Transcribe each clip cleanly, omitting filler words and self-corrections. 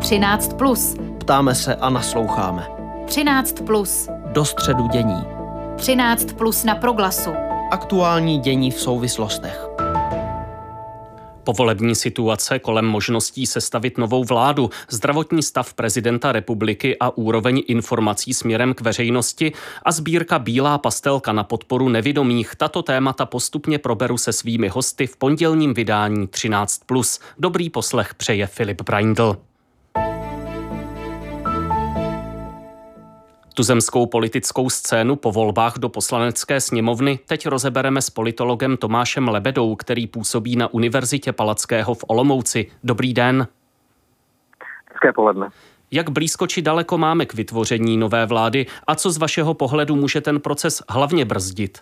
13+. Ptáme se a nasloucháme. 13+. Do středu dění. 13+ na Proglasu. Aktuální dění v souvislostech. Povolební situace kolem možností sestavit novou vládu, zdravotní stav prezidenta republiky a úroveň informací směrem k veřejnosti a sbírka Bílá pastelka na podporu nevidomých. Tato témata postupně proberu se svými hosty v pondělním vydání 13+. Dobrý poslech přeje Filip Braindl. Tuzemskou politickou scénu po volbách do Poslanecké sněmovny teď rozebereme s politologem Tomášem Lebedou, který působí na Univerzitě Palackého v Olomouci. Dobrý den. Hezké poledne. Jak blízko či daleko máme k vytvoření nové vlády a co z vašeho pohledu může ten proces hlavně brzdit?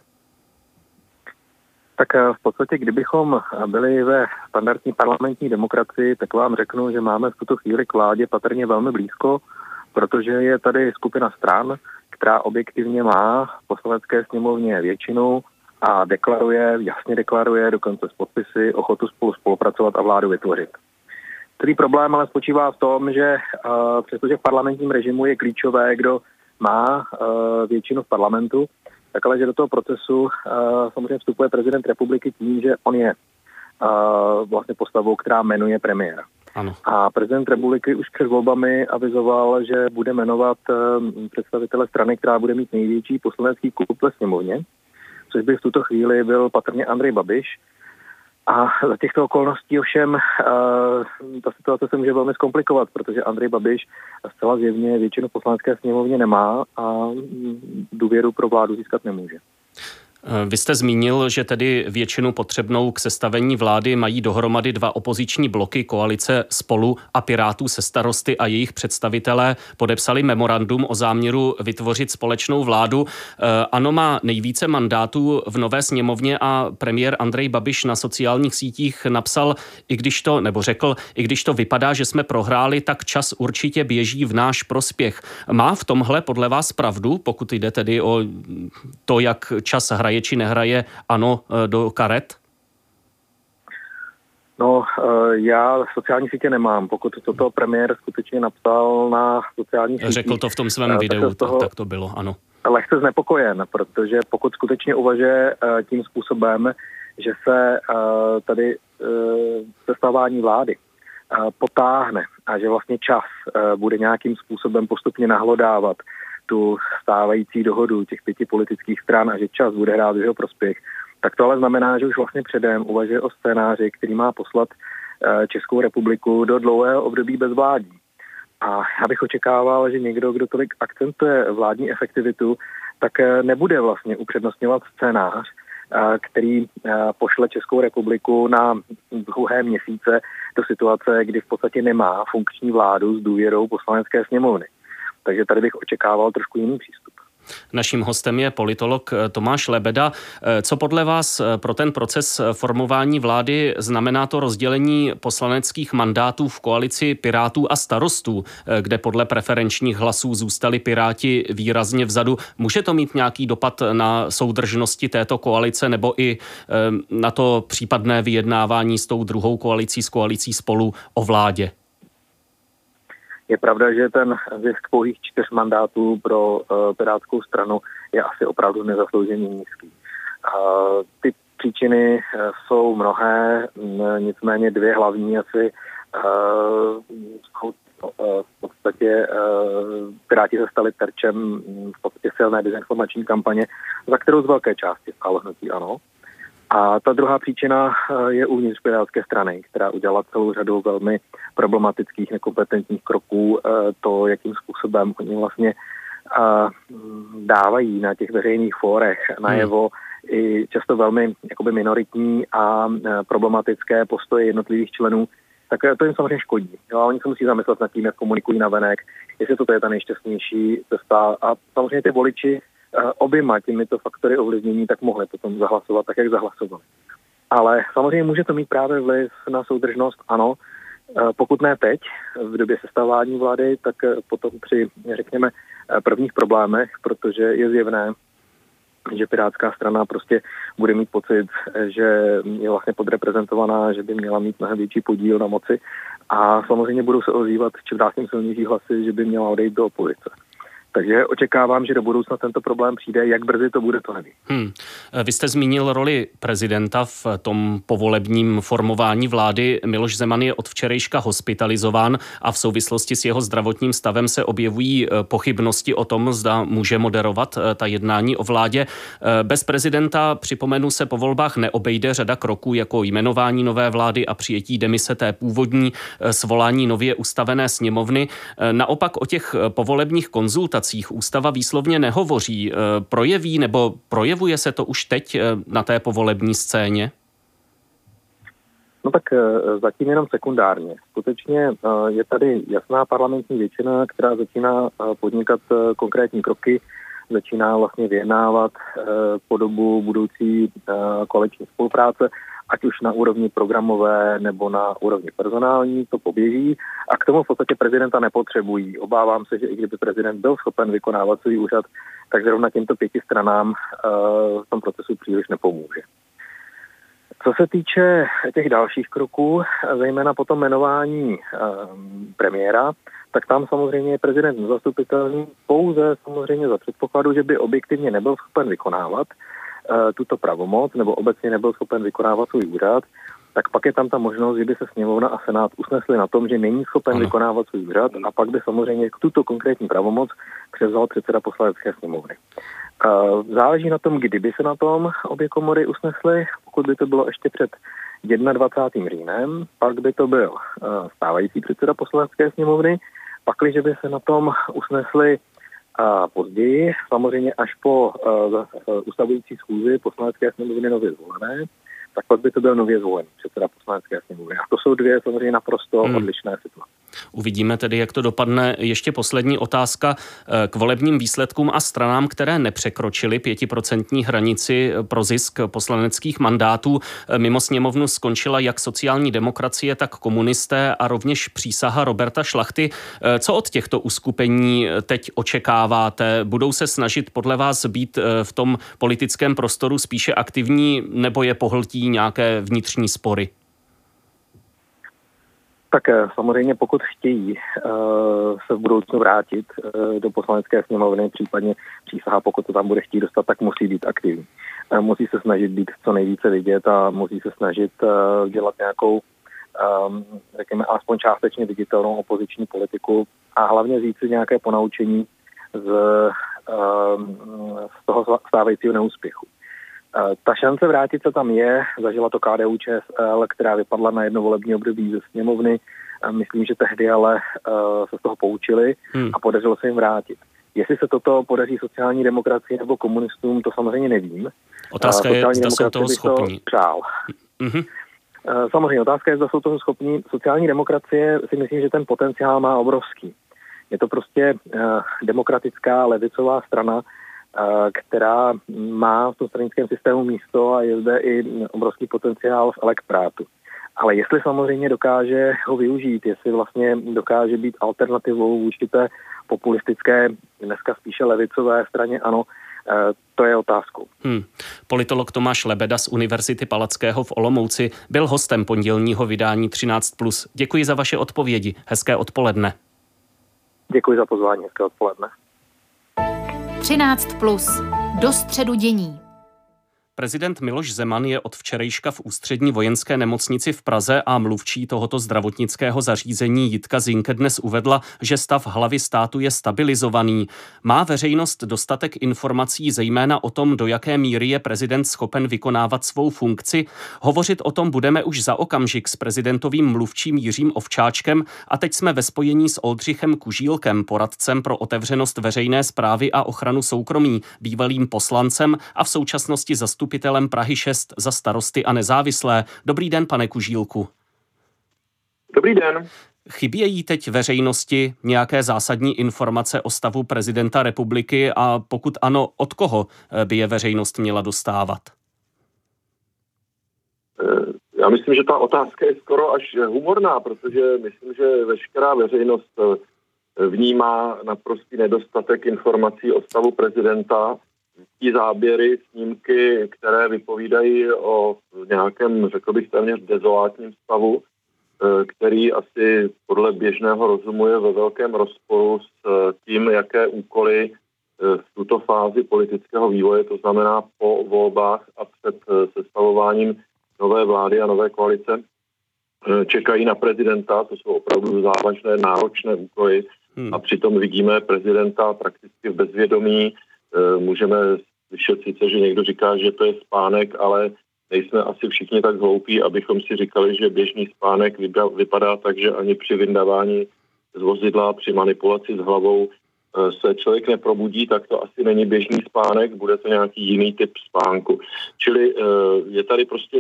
Tak v podstatě, kdybychom byli ve standardní parlamentní demokracii, tak vám řeknu, že máme v tuto chvíli k vládě patrně velmi blízko, protože je tady skupina stran, která objektivně má v Poslanecké sněmovně většinu a jasně deklaruje dokonce s podpisy ochotu spolupracovat a vládu vytvořit. Celý problém ale spočívá v tom, že přestože v parlamentním režimu je klíčové, kdo má většinu v parlamentu, tak ale že do toho procesu samozřejmě vstupuje prezident republiky tím, že on je vlastně postavou, která jmenuje premiéra. Ano. A prezident republiky už před volbami avizoval, že bude jmenovat představitele strany, která bude mít největší poslanecký klub ve sněmovně, což by v tuto chvíli byl patrně Andrej Babiš. A za těchto okolností ovšem ta situace se může velmi zkomplikovat, protože Andrej Babiš zcela zjevně většinu poslanecké sněmovně nemá a důvěru pro vládu získat nemůže. Vy jste zmínil, že tedy většinu potřebnou k sestavení vlády mají dohromady dva opoziční bloky, koalice Spolu a Pirátů se Starosty a jejich představitelé podepsali memorandum o záměru vytvořit společnou vládu. ANO má nejvíce mandátů v nové sněmovně a premiér Andrej Babiš na sociálních sítích napsal, i když to vypadá, že jsme prohráli, tak čas určitě běží v náš prospěch. Má v tomhle podle vás pravdu, pokud jde tedy o to, jak čas hraje či nehraje ANO do karet? No, já sociální sítě nemám. Pokud toto premiér skutečně napsal na sociálních sítích... Řekl to v tom svém videu, tak to bylo, ano. Lehce znepokojen, protože pokud skutečně uvažuje tím způsobem, že se tady sestavování vlády potáhne a že vlastně čas bude nějakým způsobem postupně nahlodávat tu stávající dohodu těch 5 politických stran a že čas bude hrát v jeho prospěch, tak to ale znamená, že už vlastně předem uvažuje o scénáři, který má poslat Českou republiku do dlouhého období bezvládí. A já bych očekával, že někdo, kdo tolik akcentuje vládní efektivitu, tak nebude vlastně upřednostňovat scénář, který pošle Českou republiku na dlouhé měsíce do situace, kdy v podstatě nemá funkční vládu s důvěrou Poslanecké sněmovny. Takže tady bych očekával trošku jiný přístup. Naším hostem je politolog Tomáš Lebeda. Co podle vás pro ten proces formování vlády znamená to rozdělení poslaneckých mandátů v koalici Pirátů a Starostů, kde podle preferenčních hlasů zůstali Piráti výrazně vzadu? Může to mít nějaký dopad na soudržnosti této koalice nebo i na to případné vyjednávání s tou druhou koalicí, s koalicí Spolu o vládě? Je pravda, že ten zisk pouhých 4 mandátů pro Pirátskou stranu je asi opravdu nezaslouženě nízký. Ty příčiny jsou mnohé, nicméně 2 hlavní asi jsou v podstatě Piráti se stali terčem v podstatě silné dezinformační kampaně, za kterou z velké části stálo hnutí ANO. A ta druhá příčina je uvnitř Pirátské strany, která udělala celou řadu velmi problematických, nekompetentních kroků. To, jakým způsobem oni vlastně dávají na těch veřejných fórech najevo i často velmi jakoby minoritní a problematické postoje jednotlivých členů, tak to jim samozřejmě škodí. Jo, a oni se musí zamyslet nad tím, jak komunikují navenek, jestli toto je ta nejšťastnější cesta. A samozřejmě ty voliči oběma těmito faktory ovlivnění tak mohli potom zahlasovat tak, jak zahlasovali. Ale samozřejmě může to mít právě vliv na soudržnost, ano. Pokud ne teď, v době sestavování vlády, tak potom při, řekněme, prvních problémech, protože je zjevné, že Pirátská strana prostě bude mít pocit, že je vlastně podreprezentovaná, že by měla mít mnohem větší podíl na moci a samozřejmě budou se ozývat čím dál tím silnější hlasy, že by měla odejít do opozice. Takže očekávám, že do budoucna tento problém přijde. Jak brzy to bude, to nevím. Vy jste zmínil roli prezidenta v tom povolebním formování vlády. Miloš Zeman je od včerejška hospitalizován a v souvislosti s jeho zdravotním stavem se objevují pochybnosti o tom, zda může moderovat ta jednání o vládě. Bez prezidenta, připomenu, se po volbách neobejde řada kroků jako jmenování nové vlády a přijetí demise té původní, svolání nově ustavené sněmovny. Naopak o těch povolebních konzultacích ústava výslovně nehovoří. Projeví nebo projevuje se to už teď na té povolební scéně? No tak zatím jenom sekundárně. Skutečně je tady jasná parlamentní většina, která začíná podnikat konkrétní kroky, začíná vlastně vyjednávat podobu budoucí koaliční spolupráce, ať už na úrovni programové nebo na úrovni personální, to poběží a k tomu v podstatě prezidenta nepotřebují. Obávám se, že i kdyby prezident byl schopen vykonávat svůj úřad, tak zrovna těmto 5 stranám v tom procesu příliš nepomůže. Co se týče těch dalších kroků, zejména potom jmenování premiéra, tak tam samozřejmě je prezident nezastupitelný pouze samozřejmě za předpokladu, že by objektivně nebyl schopen vykonávat tuto pravomoc nebo obecně nebyl schopen vykonávat svůj úřad, tak pak je tam ta možnost, že by se sněmovna a senát usnesli na tom, že není schopen vykonávat svůj úřad a pak by samozřejmě tuto konkrétní pravomoc převzal předseda poslanecké sněmovny. Záleží na tom, kdyby se na tom obě komory usnesly. Pokud by to bylo ještě před 21. říjnem, pak by to byl stávající předseda poslanecké sněmovny. Pakliže by se na tom usnesli později, samozřejmě až po ustavující schůzi poslanecké sněmovny nově zvolené, tak pak by to byl nově zvolený předseda poslanecké sněmovny. A to jsou dvě samozřejmě naprosto odlišné situace. Uvidíme tedy, jak to dopadne. Ještě poslední otázka k volebním výsledkům a stranám, které nepřekročily 5% hranici pro zisk poslaneckých mandátů. Mimo sněmovnu skončila jak sociální demokracie, tak komunisté a rovněž přísaha Roberta Šlachty. Co od těchto uskupení teď očekáváte? Budou se snažit podle vás být v tom politickém prostoru spíše aktivní, nebo je pohltí nějaké vnitřní spory? Tak samozřejmě pokud chtějí se v budoucnu vrátit do poslanecké sněmovny, případně přísaha, pokud to tam bude chtít dostat, tak musí být aktivní. Musí se snažit být co nejvíce vidět a musí se snažit dělat nějakou, řekněme, alespoň částečně viditelnou opoziční politiku a hlavně vzít si nějaké ponaučení z toho stávajícího neúspěchu. Ta šance vrátit se tam je, zažila to KDU-ČSL, která vypadla na jedno volební období ze sněmovny. Myslím, že tehdy ale se z toho poučili a podařilo se jim vrátit. Jestli se toto podaří sociální demokracii nebo komunistům, to samozřejmě nevím. Otázka je, zda jsou toho schopní. Samozřejmě otázka je, zda jsou toho schopní. Sociální demokracie si myslím, že ten potenciál má obrovský. Je to prostě demokratická levicová strana, která má v tom stranickém systému místo a je zde i obrovský potenciál v elektorátu. Ale jestli samozřejmě dokáže ho využít, jestli vlastně dokáže být alternativou vůči té populistické, dneska spíše levicové straně, ano, to je otázkou. Politolog Tomáš Lebeda z Univerzity Palackého v Olomouci byl hostem pondělního vydání 13+. Děkuji za vaše odpovědi. Hezké odpoledne. Děkuji za pozvání. Hezké odpoledne. 13+. Do středu dění. Prezident Miloš Zeman je od včerejška v Ústřední vojenské nemocnici v Praze a mluvčí tohoto zdravotnického zařízení Jitka Zinke dnes uvedla, že stav hlavy státu je stabilizovaný. Má veřejnost dostatek informací zejména o tom, do jaké míry je prezident schopen vykonávat svou funkci? Hovořit o tom budeme už za okamžik s prezidentovým mluvčím Jiřím Ovčáčkem a teď jsme ve spojení s Oldřichem Kužílkem, poradcem pro otevřenost veřejné správy a ochranu soukromí, bývalým poslancem a v současnosti zastupitelem Prahy 6 za Starosty a nezávislé. Dobrý den, pane Kužílku. Dobrý den. Chybějí teď veřejnosti nějaké zásadní informace o stavu prezidenta republiky a pokud ano, od koho by je veřejnost měla dostávat? Já myslím, že ta otázka je skoro až humorná, protože myslím, že veškerá veřejnost vnímá naprostý nedostatek informací o stavu prezidenta. záběry, snímky, které vypovídají o nějakém, řekl bych, téměř dezolátním stavu, který asi podle běžného rozumu je ve velkém rozporu s tím, jaké úkoly v tuto fázi politického vývoje, to znamená po volbách a před sestavováním nové vlády a nové koalice, čekají na prezidenta. To jsou opravdu závažné, náročné úkoly a přitom vidíme prezidenta prakticky v bezvědomí. Můžeme slyšet sice, že někdo říká, že to je spánek, ale nejsme asi všichni tak hloupí, abychom si říkali, že běžný spánek vypadá tak, že ani při vyndávání z vozidla, při manipulaci s hlavou se člověk neprobudí, tak to asi není běžný spánek, bude to nějaký jiný typ spánku. Čili je tady prostě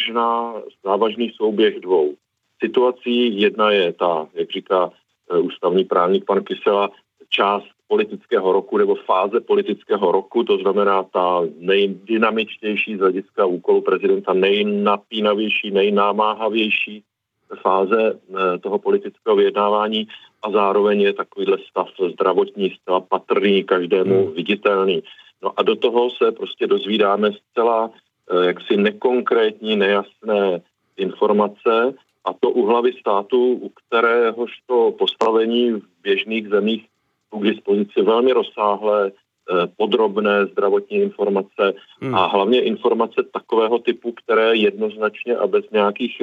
závažný souběh dvou situací. Jedna je ta, jak říká ústavní právník pan Kysela, část politického roku nebo fáze politického roku, to znamená ta nejdynamičtější z hlediska úkolu prezidenta, nejnapínavější, nejnámáhavější fáze toho politického vyjednávání a zároveň je takovýhle stav zdravotní, zcela patrný, každému viditelný. No a do toho se prostě dozvídáme zcela jaksi nekonkrétní, nejasné informace a to u hlavy státu, u kteréhož to postavení v běžných zemích k dispozici velmi rozsáhlé, podrobné zdravotní informace a hlavně informace takového typu, které jednoznačně a bez nějakých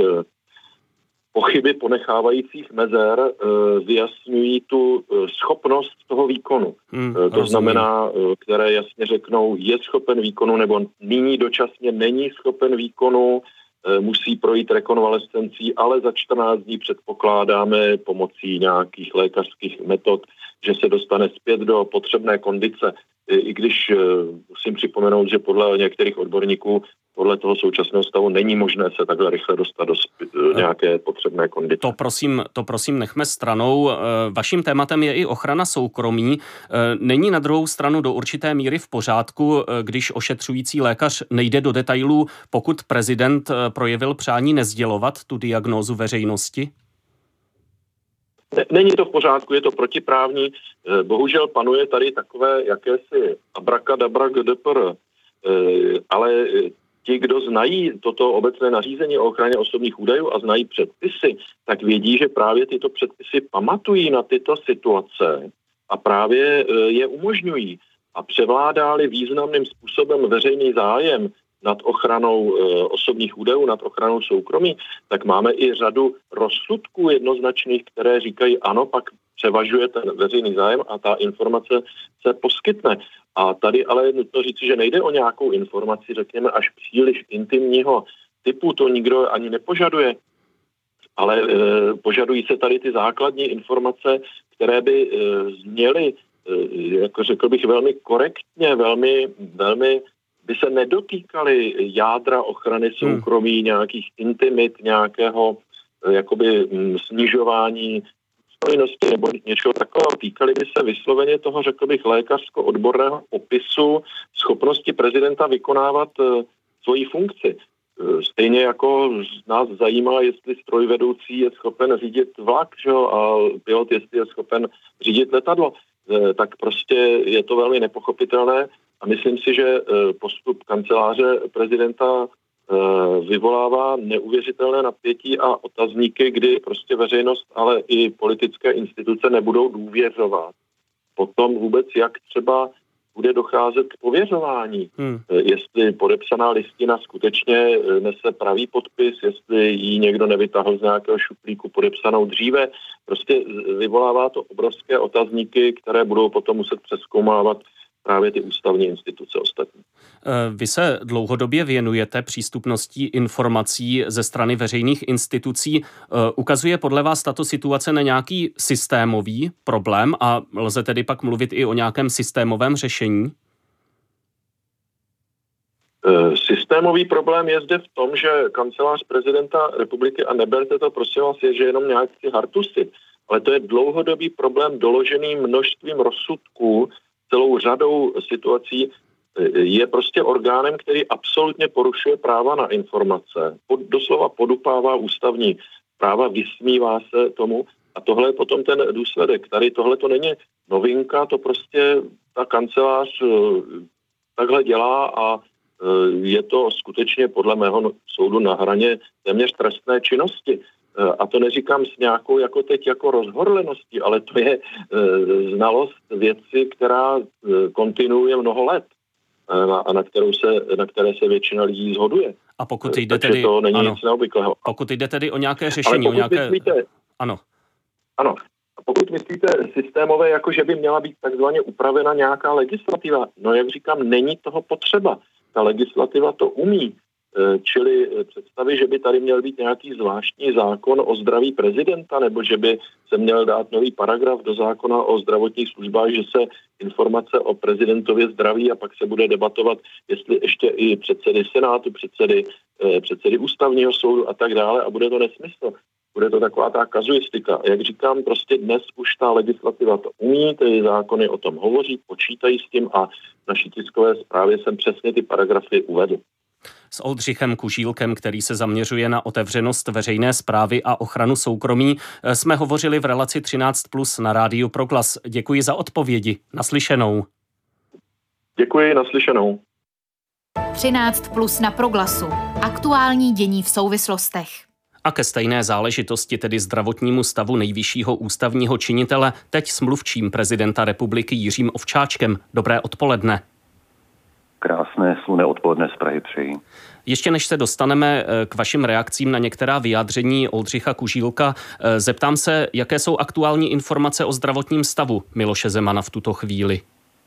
pochyby ponechávajících mezer vyjasňují tu schopnost toho výkonu. To znamená, které jasně řeknou, je schopen výkonu nebo nyní dočasně není schopen výkonu, musí projít rekonvalescencí, ale za 14 dní předpokládáme pomocí nějakých lékařských metod, že se dostane zpět do potřebné kondice. I když musím připomenout, že podle některých odborníků podle toho současného stavu není možné se takhle rychle dostat do nějaké potřebné kondice. To prosím nechme stranou. Vaším tématem je i ochrana soukromí. Není na druhou stranu do určité míry v pořádku, když ošetřující lékař nejde do detailů, pokud prezident projevil přání nesdělovat tu diagnózu veřejnosti? Není to v pořádku, je to protiprávní. Bohužel panuje tady takové jakési abrakadabra GDPR, ale ti, kdo znají toto obecné nařízení o ochraně osobních údajů a znají předpisy, tak vědí, že právě tyto předpisy pamatují na tyto situace a právě je umožňují. A převládá-li významným způsobem veřejný zájem nad ochranou osobních údajů, nad ochranou soukromí, tak máme i řadu rozsudků jednoznačných, které říkají, ano, pak převažuje ten veřejný zájem a ta informace se poskytne. A tady ale je nutno říci, že nejde o nějakou informaci, řekněme, až příliš intimního typu, to nikdo ani nepožaduje, ale požadují se tady ty základní informace, které by zněly, jako řekl bych, velmi korektně, velmi by se nedotýkaly jádra ochrany soukromí, nějakých intimit, nějakého jakoby snižování stojnosti nebo něčeho takového. Týkaly by se vysloveně toho, řekl bych, lékařsko-odborného popisu schopnosti prezidenta vykonávat svoji funkci. Stejně jako nás zajímá, jestli strojvedoucí je schopen řídit vlak, že? A pilot, jestli je schopen řídit letadlo, tak prostě je to velmi nepochopitelné. A myslím si, že postup kanceláře prezidenta vyvolává neuvěřitelné napětí a otazníky, kdy prostě veřejnost, ale i politické instituce nebudou důvěřovat. Potom vůbec, jak třeba bude docházet k pověřování. Jestli podepsaná listina skutečně nese pravý podpis, jestli ji někdo nevytáhl z nějakého šuplíku podepsanou dříve. Prostě vyvolává to obrovské otazníky, které budou potom muset přezkoumávat právě ty ústavní instituce ostatní. Vy se dlouhodobě věnujete přístupností informací ze strany veřejných institucí. Ukazuje podle vás tato situace na nějaký systémový problém a lze tedy pak mluvit i o nějakém systémovém řešení? Systémový problém je zde v tom, že kancelář prezidenta republiky, a neberte to prosím vás, je, že jenom nějaký hartusy, ale to je dlouhodobý problém doložený množstvím rozsudků, celou řadou situací, je prostě orgánem, který absolutně porušuje práva na informace. Doslova podupává ústavní práva, vysmívá se tomu a tohle je potom ten důsledek. Tady tohle to není novinka, to prostě ta kancelář takhle dělá a je to skutečně podle mého soudu na hraně téměř trestné činnosti. A to neříkám s nějakou jako teď jako rozhorleností, ale to je znalost věci, která kontinuuje mnoho let a na které se většina lidí shoduje. A pokud jde tedy, to není nic neobvyklého. Pokud jde tedy o nějaké řešení, Ano. Ano. A pokud myslíte systémové, jako že by měla být takzvaně upravena nějaká legislativa, no jak říkám, není toho potřeba. Ta legislativa to umí. Čili představy, že by tady měl být nějaký zvláštní zákon o zdraví prezidenta, nebo že by se měl dát nový paragraf do zákona o zdravotních službách, že se informace o prezidentově zdraví a pak se bude debatovat, jestli ještě i předsedy Senátu, předsedy ústavního soudu a tak dále a bude to nesmysl. Bude to taková ta kazuistika. Jak říkám, prostě dnes už ta legislativa to umí, ty zákony o tom hovoří, počítají s tím a v naší tiskové zprávě jsem přesně ty paragrafy uvedl. S Oldřichem Kužílkem, který se zaměřuje na otevřenost veřejné správy a ochranu soukromí, jsme hovořili v relaci 13+ na Rádiu Proglas. Děkuji za odpovědi. Naslyšenou. Děkuji, naslyšenou. 13+ na Proglasu. Aktuální dění v souvislostech. A ke stejné záležitosti, tedy zdravotnímu stavu nejvyššího ústavního činitele, teď s mluvčím prezidenta republiky Jiřím Ovčáčkem. Dobré odpoledne. Krásné slunné odpoledne z Prahy přeji. Ještě než se dostaneme k vašim reakcím na některá vyjádření Oldřicha Kužílka, zeptám se, jaké jsou aktuální informace o zdravotním stavu Miloše Zemana v tuto chvíli.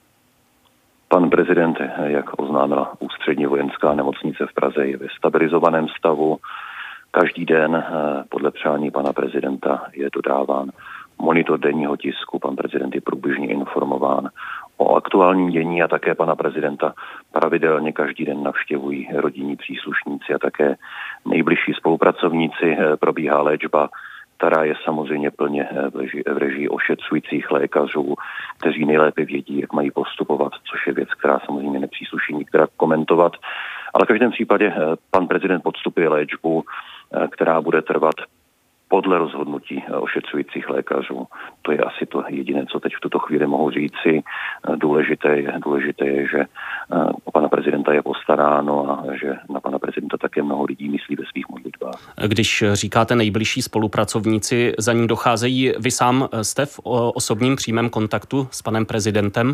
Pan prezident, jak oznámila Ústřední vojenská nemocnice v Praze, je ve stabilizovaném stavu. Každý den podle přání pana prezidenta je dodáván monitor denního tisku. Pan prezident je průběžně informován o aktuálním dění a také pana prezidenta pravidelně každý den navštěvují rodinní příslušníci a také nejbližší spolupracovníci. Probíhá léčba, která je samozřejmě plně v režii ošetřujících lékařů, kteří nejlépe vědí, jak mají postupovat, což je věc, která samozřejmě nepřísluší nikterak komentovat. Ale v každém případě pan prezident podstupuje léčbu, která bude trvat podle rozhodnutí ošetřujících lékařů. To je asi to jediné, co teď v tuto chvíli mohu říci. Důležité je, že o pana prezidenta je postaráno a že na pana prezidenta také mnoho lidí myslí ve svých modlitbách. Když říkáte nejbližší spolupracovníci, za ním docházejí, vy sám jste v osobním přímém kontaktu s panem prezidentem?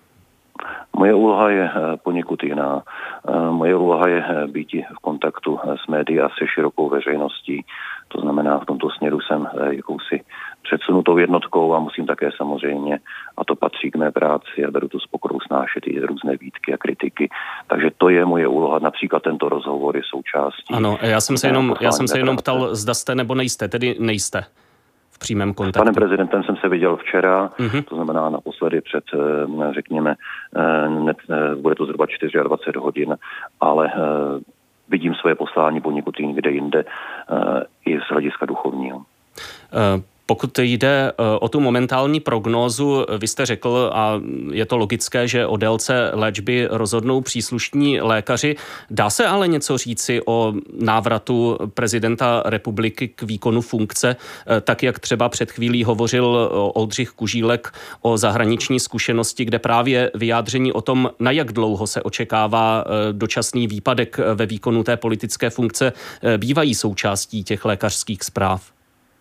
Moje úloha je poněkud jiná. Moje úloha je být v kontaktu s médií a se širokou veřejností. To znamená, v tomto směru jsem jakousi předsunutou jednotkou a musím také samozřejmě, a to patří k mé práci a beru to s pokorou snášet i různé výtky a kritiky. Takže to je moje úloha. Například tento rozhovor je součástí. Ano, já jsem se jenom ptal, zda jste nebo nejste, tedy nejste v přímém kontaktu. S panem prezidentem jsem se viděl včera, to znamená naposledy před, řekněme, bude to zhruba 24 hodin, ale vidím své poslání poněkud někde jinde i z hlediska duchovního. Pokud jde o tu momentální prognózu, vy jste řekl, a je to logické, že o délce léčby rozhodnou příslušní lékaři. Dá se ale něco říci o návratu prezidenta republiky k výkonu funkce, tak jak třeba před chvílí hovořil Oldřich Kužílek o zahraniční zkušenosti, kde právě vyjádření o tom, na jak dlouho se očekává dočasný výpadek ve výkonu té politické funkce, bývají součástí těch lékařských zpráv?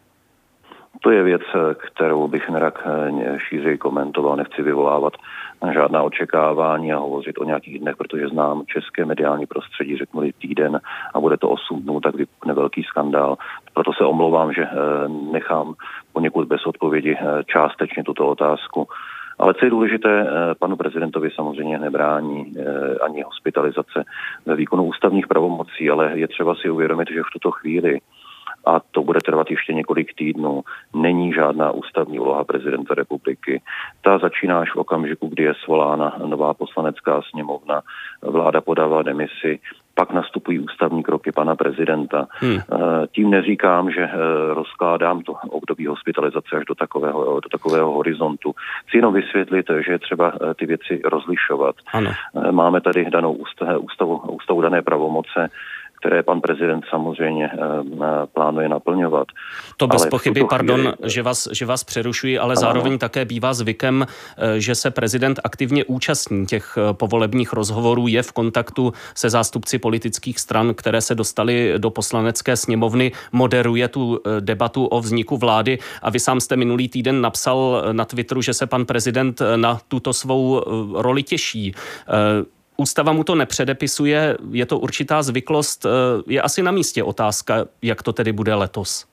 To je věc, kterou bych nerad šířeji komentoval, nechci vyvolávat žádná očekávání a hovořit o nějakých dnech, protože znám české mediální prostředí, řeknu-li týden a bude to 8 dnů, tak vypukne velký skandál. Proto se omlouvám, že nechám poněkud bez odpovědi částečně tuto otázku. Ale co je důležité, panu prezidentovi samozřejmě nebrání ani hospitalizace ve výkonu ústavních pravomocí, ale je třeba si uvědomit, že v tuto chvíli, a to bude trvat ještě několik týdnů, není žádná ústavní úloha prezidenta republiky. Ta začíná až v okamžiku, kdy je svolána nová poslanecká sněmovna, vláda podává demisi, pak nastupují ústavní kroky pana prezidenta. Tím neříkám, že rozkládám to období hospitalizace až do takového horizontu. Chci jenom vysvětlit, že je třeba ty věci rozlišovat. Ano. Máme tady danou ústavu dané pravomoce, které pan prezident samozřejmě plánuje naplňovat. To bez pochyby, pardon, že vás přerušuji, ale zároveň také bývá zvykem, že se prezident aktivně účastní těch povolebních rozhovorů, je v kontaktu se zástupci politických stran, které se dostaly do poslanecké sněmovny, moderuje tu debatu o vzniku vlády a vy sám jste minulý týden napsal na Twitteru, že se pan prezident na tuto svou roli těší. Ústava mu to nepředepisuje, je to určitá zvyklost. Je asi na místě otázka, jak to tedy bude letos.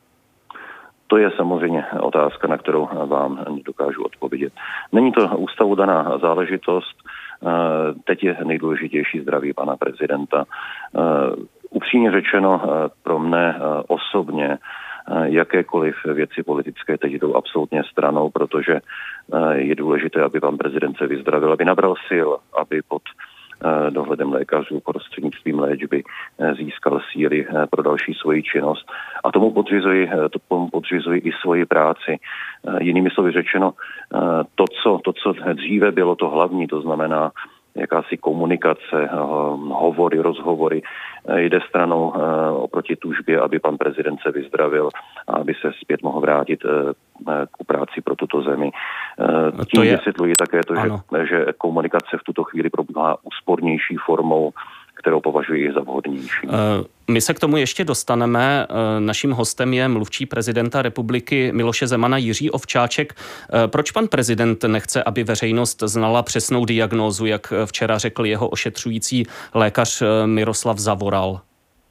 To je samozřejmě otázka, na kterou vám nedokážu odpovědět. Není to ústavu daná záležitost. Teď je nejdůležitější zdraví pana prezidenta. Upřímně řečeno, pro mne osobně jakékoliv věci politické teď jdou absolutně stranou, protože je důležité, aby pan prezident se vyzdravil, aby nabral sil, aby pod dohledem lékařů prostřednictvím léčby získal síly pro další svoji činnost. A tomu podřizuji i svoji práci. Jinými slovy řečeno, to, co dříve bylo to hlavní, to znamená jakási komunikace, hovory, rozhovory, jde stranou oproti tužbě, aby pan prezident se vyzdravil a aby se zpět mohl vrátit k práci pro tuto zemi. Tím vysvětluji také to, že komunikace v tuto chvíli probíhá úspornější formou, kterou považuji za vhodnější. My se k tomu ještě dostaneme. Naším hostem je mluvčí prezidenta republiky Miloše Zemana Jiří Ovčáček. Proč pan prezident nechce, aby veřejnost znala přesnou diagnózu, jak včera řekl jeho ošetřující lékař Miroslav Zavoral?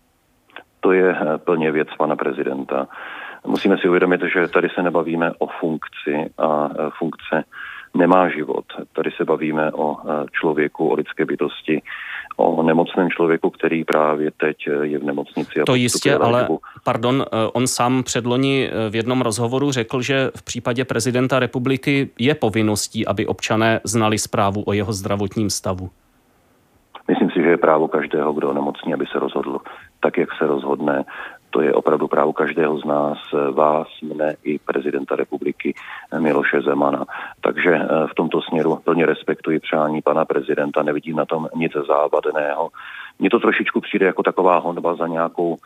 To je plně věc pana prezidenta. Musíme si uvědomit, že tady se nebavíme o funkci a funkce nemá život. Tady se bavíme o člověku, o lidské bytosti, o nemocném člověku, který právě teď je v nemocnici. To jistě, ale pardon, on sám předloni v jednom rozhovoru řekl, že v případě prezidenta republiky je povinností, aby občané znali zprávu o jeho zdravotním stavu. Myslím si, že je právo každého, kdo onemocní, aby se rozhodl tak, jak se rozhodne. To je opravdu právo každého z nás, vás, mne i prezidenta republiky Miloše Zemana. Takže v tomto směru plně respektuji přání pana prezidenta, nevidím na tom nic závadného. Mně to trošičku přijde jako taková honba za nějakou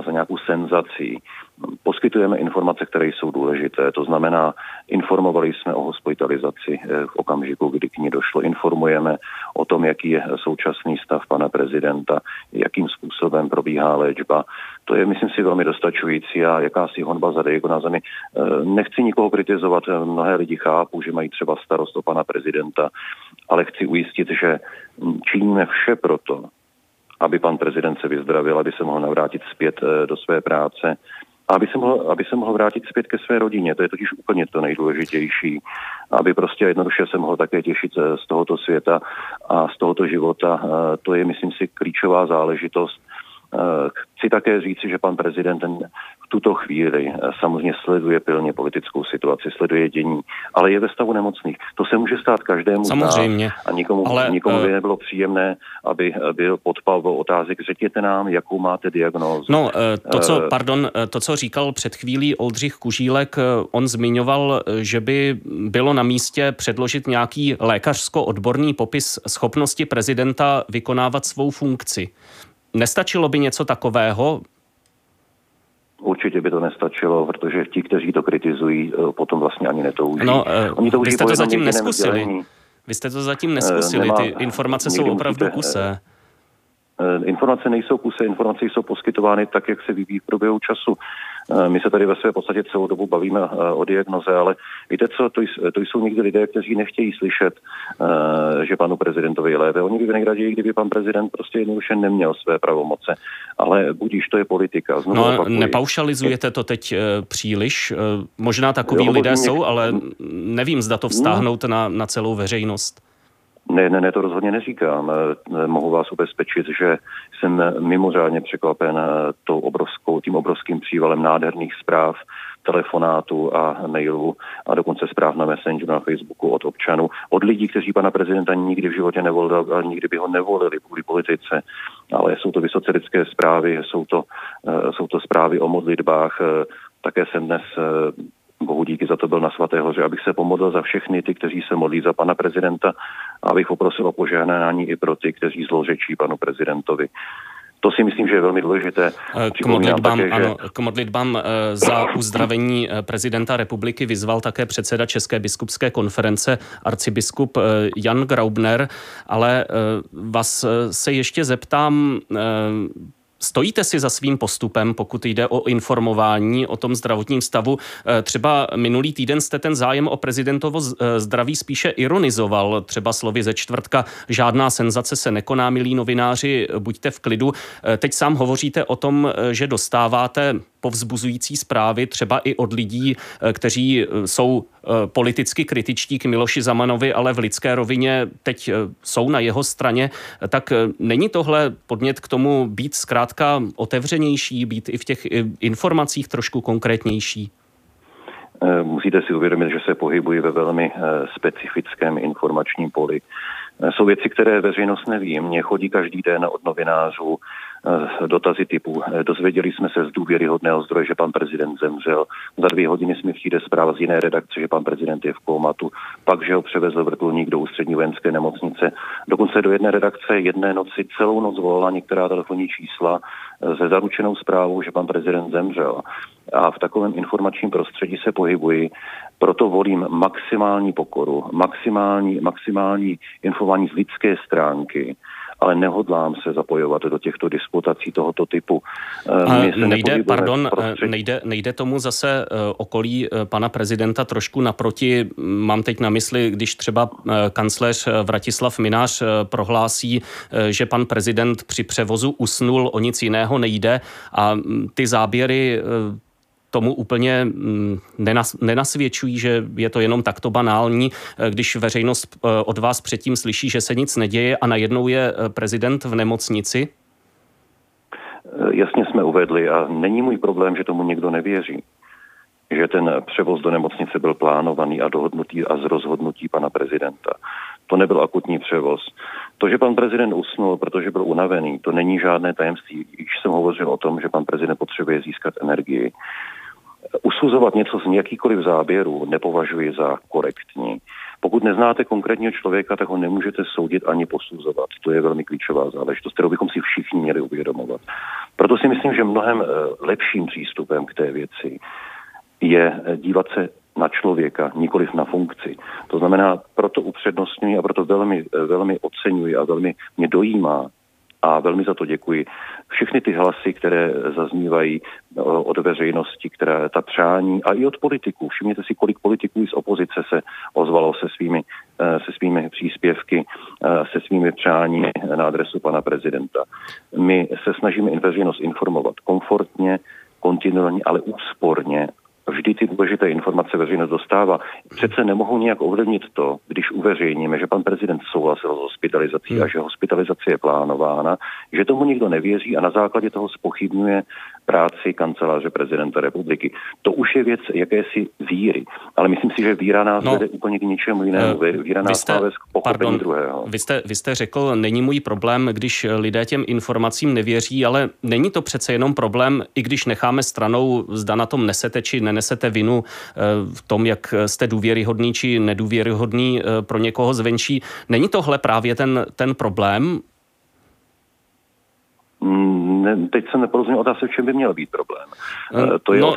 senzací. Poskytujeme informace, které jsou důležité, to znamená, informovali jsme o hospitalizaci v okamžiku, kdy k ní došlo. Informujeme o tom, jaký je současný stav pana prezidenta, jakým způsobem probíhá léčba. To je, myslím si, velmi dostačující a jakási honba za diagnózami. Nechci nikoho kritizovat, mnohé lidi chápu, že mají třeba starost o pana prezidenta, ale chci ujistit, že činíme vše proto, aby pan prezident se vyzdravil, aby se mohl navrátit zpět do své práce a aby se mohl vrátit zpět ke své rodině. To je totiž úplně to nejdůležitější. Aby prostě jednoduše se mohl také těšit z tohoto světa a z tohoto života. To je, myslím si, klíčová záležitost. Chci také říci, že pan prezident v tuto chvíli samozřejmě sleduje pilně politickou situaci, sleduje dění, ale je ve stavu nemocných. To se může stát každému samozřejmě. Z nás a nikomu by nebylo příjemné, aby byl pod palbou otázek. Řekněte nám, jakou máte diagnózu. No, to, co říkal před chvílí Oldřich Kužílek, on zmiňoval, že by bylo na místě předložit nějaký lékařsko-odborný popis schopnosti prezidenta vykonávat svou funkci. Nestačilo by něco takového? Určitě by to nestačilo, protože ti, kteří to kritizují, potom vlastně ani netouží. No, vy jste to zatím neskusili. Vy jste to zatím neskusili, ty informace jsou opravdu kusé. Informace nejsou kusé, informace jsou poskytovány tak, jak se vyvíjí v průběhu času. My se tady ve své podstatě celou dobu bavíme o diagnoze, ale víte co, to jsou někdy lidé, kteří nechtějí slyšet, že panu prezidentovi je lépe. Oni by nejraději, kdyby pan prezident prostě jednoduše neměl své pravomoce. Ale budíš, to je politika. Nepaušalizujete to teď příliš? Možná takoví lidé jsou, ale nevím, zda to vztáhnout na celou veřejnost. Ne, to rozhodně neříkám. Mohu vás ubezpečit, že jsem mimořádně překvapen tím obrovským přívalem nádherných zpráv, telefonátů a mailů a dokonce zpráv na Messengeru, na Facebooku od občanů, od lidí, kteří pana prezidenta nikdy v životě nevolili, ale nikdy by ho nevolili kvůli politice. Ale jsou to vysoce lidské zprávy, jsou to zprávy o modlitbách. Také jsem dnes Bohu díky za to byl na Svaté hoře, abych se pomodlil za všechny ty, kteří se modlí za pana prezidenta a abych poprosil o požehnání i pro ty, kteří zlořečí panu prezidentovi. To si myslím, že je velmi důležité. K modlitbám za uzdravení prezidenta republiky vyzval také předseda České biskupské konference arcibiskup Jan Graubner, ale vás se ještě zeptám, stojíte si za svým postupem, pokud jde o informování o tom zdravotním stavu? Třeba minulý týden jste ten zájem o prezidentovo zdraví spíše ironizoval, třeba slovy ze čtvrtka: žádná senzace se nekoná, milí novináři, buďte v klidu. Teď sám hovoříte o tom, že dostáváte povzbuzující zprávy třeba i od lidí, kteří jsou politicky kritičtí k Miloši Zemanovi, ale v lidské rovině teď jsou na jeho straně. Tak není tohle podnět k tomu být zkrátka otevřenější, být i v těch informacích trošku konkrétnější? Musíte si uvědomit, že se pohybují ve velmi specifickém informačním poli. Jsou věci, které veřejnost neví. Mně chodí každý den od novinářů dotazy typu: dozvěděli jsme se z důvěryhodného zdroje, že pan prezident zemřel. Za 2 hodiny mi přijde zpráva z jiné redakce, že pan prezident je v kómatu. Pak, že ho převezl vrtulník do ústřední vojenské nemocnice. Dokonce do jedné redakce jedné noci celou noc volala některá telefonní čísla se zaručenou zprávou, že pan prezident zemřel. A v takovém informačním prostředí se pohybuji. Proto volím maximální pokoru, maximální informování z lidské stránky, ale nehodlám se zapojovat do těchto disputací tohoto typu. Nejde tomu zase okolí pana prezidenta trošku naproti? Mám teď na mysli, když třeba kancléř Vratislav Mynář prohlásí, že pan prezident při převozu usnul, o nic jiného nejde, a ty záběry tomu úplně nenasvědčují, že je to jenom takto banální, když veřejnost od vás předtím slyší, že se nic neděje a najednou je prezident v nemocnici? Jasně jsme uvedli, a není můj problém, že tomu někdo nevěří, že ten převoz do nemocnice byl plánovaný a dohodnutý a z rozhodnutí pana prezidenta. To nebyl akutní převoz. To, že pan prezident usnul, protože byl unavený, to není žádné tajemství. Když jsem hovořil o tom, že pan prezident potřebuje získat energii. Usuzovat něco z jakýkoliv záběru nepovažuji za korektní. Pokud neznáte konkrétního člověka, tak ho nemůžete soudit ani posuzovat. To je velmi klíčová záležitost, kterou bychom si všichni měli uvědomovat. Proto si myslím, že mnohem lepším přístupem k té věci je dívat se na člověka, nikoliv na funkci. To znamená, proto upřednostňuji a proto velmi oceňuji a velmi mě dojímá a velmi za to děkuji všechny ty hlasy, které zaznívají od veřejnosti, které ta přání, a i od politiků. Všimněte si, kolik politiků z opozice se ozvalo se svými příspěvky, se svými přáními na adresu pana prezidenta. My se snažíme veřejnost informovat komfortně, kontinuálně, ale úsporně. Vždy ty důležité informace veřejnost dostává. Přece nemohou nějak ovlivnit to, když uveřejníme, že pan prezident souhlasil s hospitalizací a že hospitalizace je plánována, že tomu nikdo nevěří a na základě toho zpochybňuje práci kanceláře prezidenta republiky. To už je věc jakési víry. Ale myslím si, že víra nás vede úplně k ničemu jinému. Víra nás vede k pochopení druhého. Vy jste řekl, není můj problém, když lidé těm informacím nevěří, ale není to přece jenom problém, i když necháme stranou, zda na tom nesete či nenesete vinu v tom, jak jste důvěryhodný či nedůvěryhodný pro někoho zvenčí. Není tohle právě ten problém? Teď jsem neporozuměl otázce, v čem by měl být problém. To je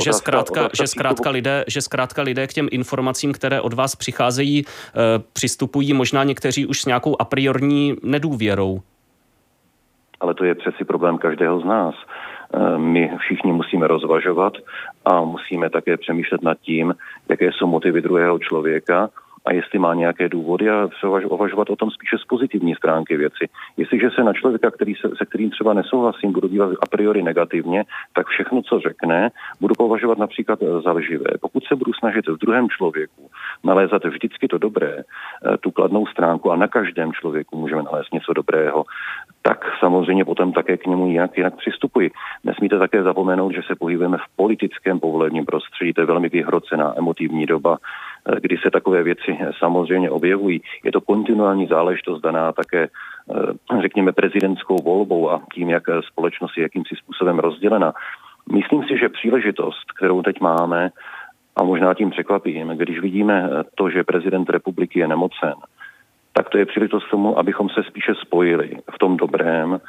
že zkrátka lidé k těm informacím, které od vás přicházejí, přistupují možná někteří už s nějakou a priorní nedůvěrou. Ale to je přeci problém každého z nás. My všichni musíme rozvažovat a musíme také přemýšlet nad tím, jaké jsou motivy druhého člověka a jestli má nějaké důvody, a uvažovat o tom spíše z pozitivní stránky věci. Jestliže se na člověka, se kterým třeba nesouhlasím, budu dívat a priori negativně, tak všechno, co řekne, budu považovat například za lživé. Pokud se budu snažit v druhém člověku nalézat vždycky to dobré, tu kladnou stránku, a na každém člověku můžeme nalézt něco dobrého, tak samozřejmě potom také k němu jinak přistupuji. Nesmíte také zapomenout, že se pohybujeme v politickém povolebním prostředí. To je velmi vyhrocená emotivní doba, kdy se takové věci samozřejmě objevují. Je to kontinuální záležitost daná také, řekněme, prezidentskou volbou a tím, jak společnost je jakýmsi způsobem rozdělena. Myslím si, že příležitost, kterou teď máme, a možná tím překvapím, když vidíme to, že prezident republiky je nemocen, tak to je příležitost k tomu, abychom se spíše spojili v tom dobrém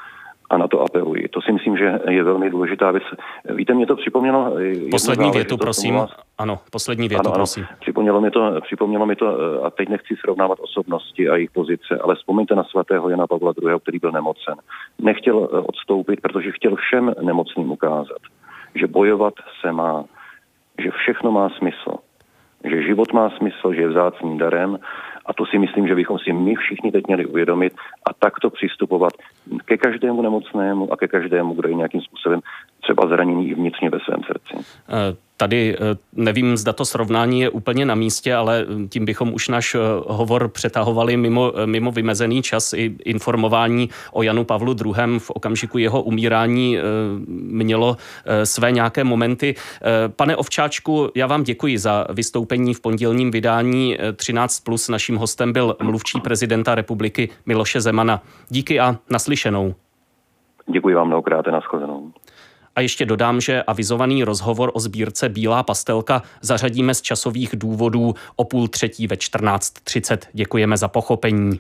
A na to apeluji. To si myslím, že je velmi důležitá věc. Víte, mě to připomnělo... Poslední větu, prosím. Ano, poslední větu, ano, prosím. Připomnělo mi to, a teď nechci srovnávat osobnosti a jejich pozice, ale vzpomeňte na svatého Jana Pavla II., který byl nemocen. Nechtěl odstoupit, protože chtěl všem nemocným ukázat, že bojovat se má, že všechno má smysl, že život má smysl, že je vzácným darem, a to si myslím, že bychom si my všichni teď měli uvědomit a takto přistupovat ke každému nemocnému a ke každému, kdo je nějakým způsobem třeba zranění i vnitřně ve svém srdci. Tady nevím, zda to srovnání je úplně na místě, ale tím bychom už náš hovor přetahovali mimo vymezený čas. I informování o Janu Pavlu II. V okamžiku jeho umírání mělo své nějaké momenty. Pane Ovčáčku, já vám děkuji za vystoupení v pondělním vydání 13+. Naším hostem byl mluvčí prezidenta republiky Miloše Zemana. Díky a naslyšenou. Děkuji vám mnohokrát a nashledanou. A ještě dodám, že avizovaný rozhovor o sbírce Bílá pastelka zařadíme z časových důvodů o 2:30 ve 14:30. Děkujeme za pochopení.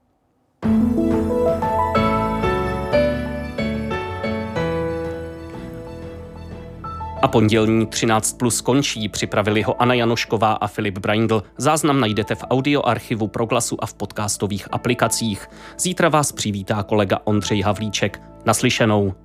A pondělní 13+ končí. Připravili ho Anna Janošková a Filip Braindl. Záznam najdete v audioarchivu Proglasu a v podcastových aplikacích. Zítra vás přivítá kolega Ondřej Havlíček. Naslyšenou.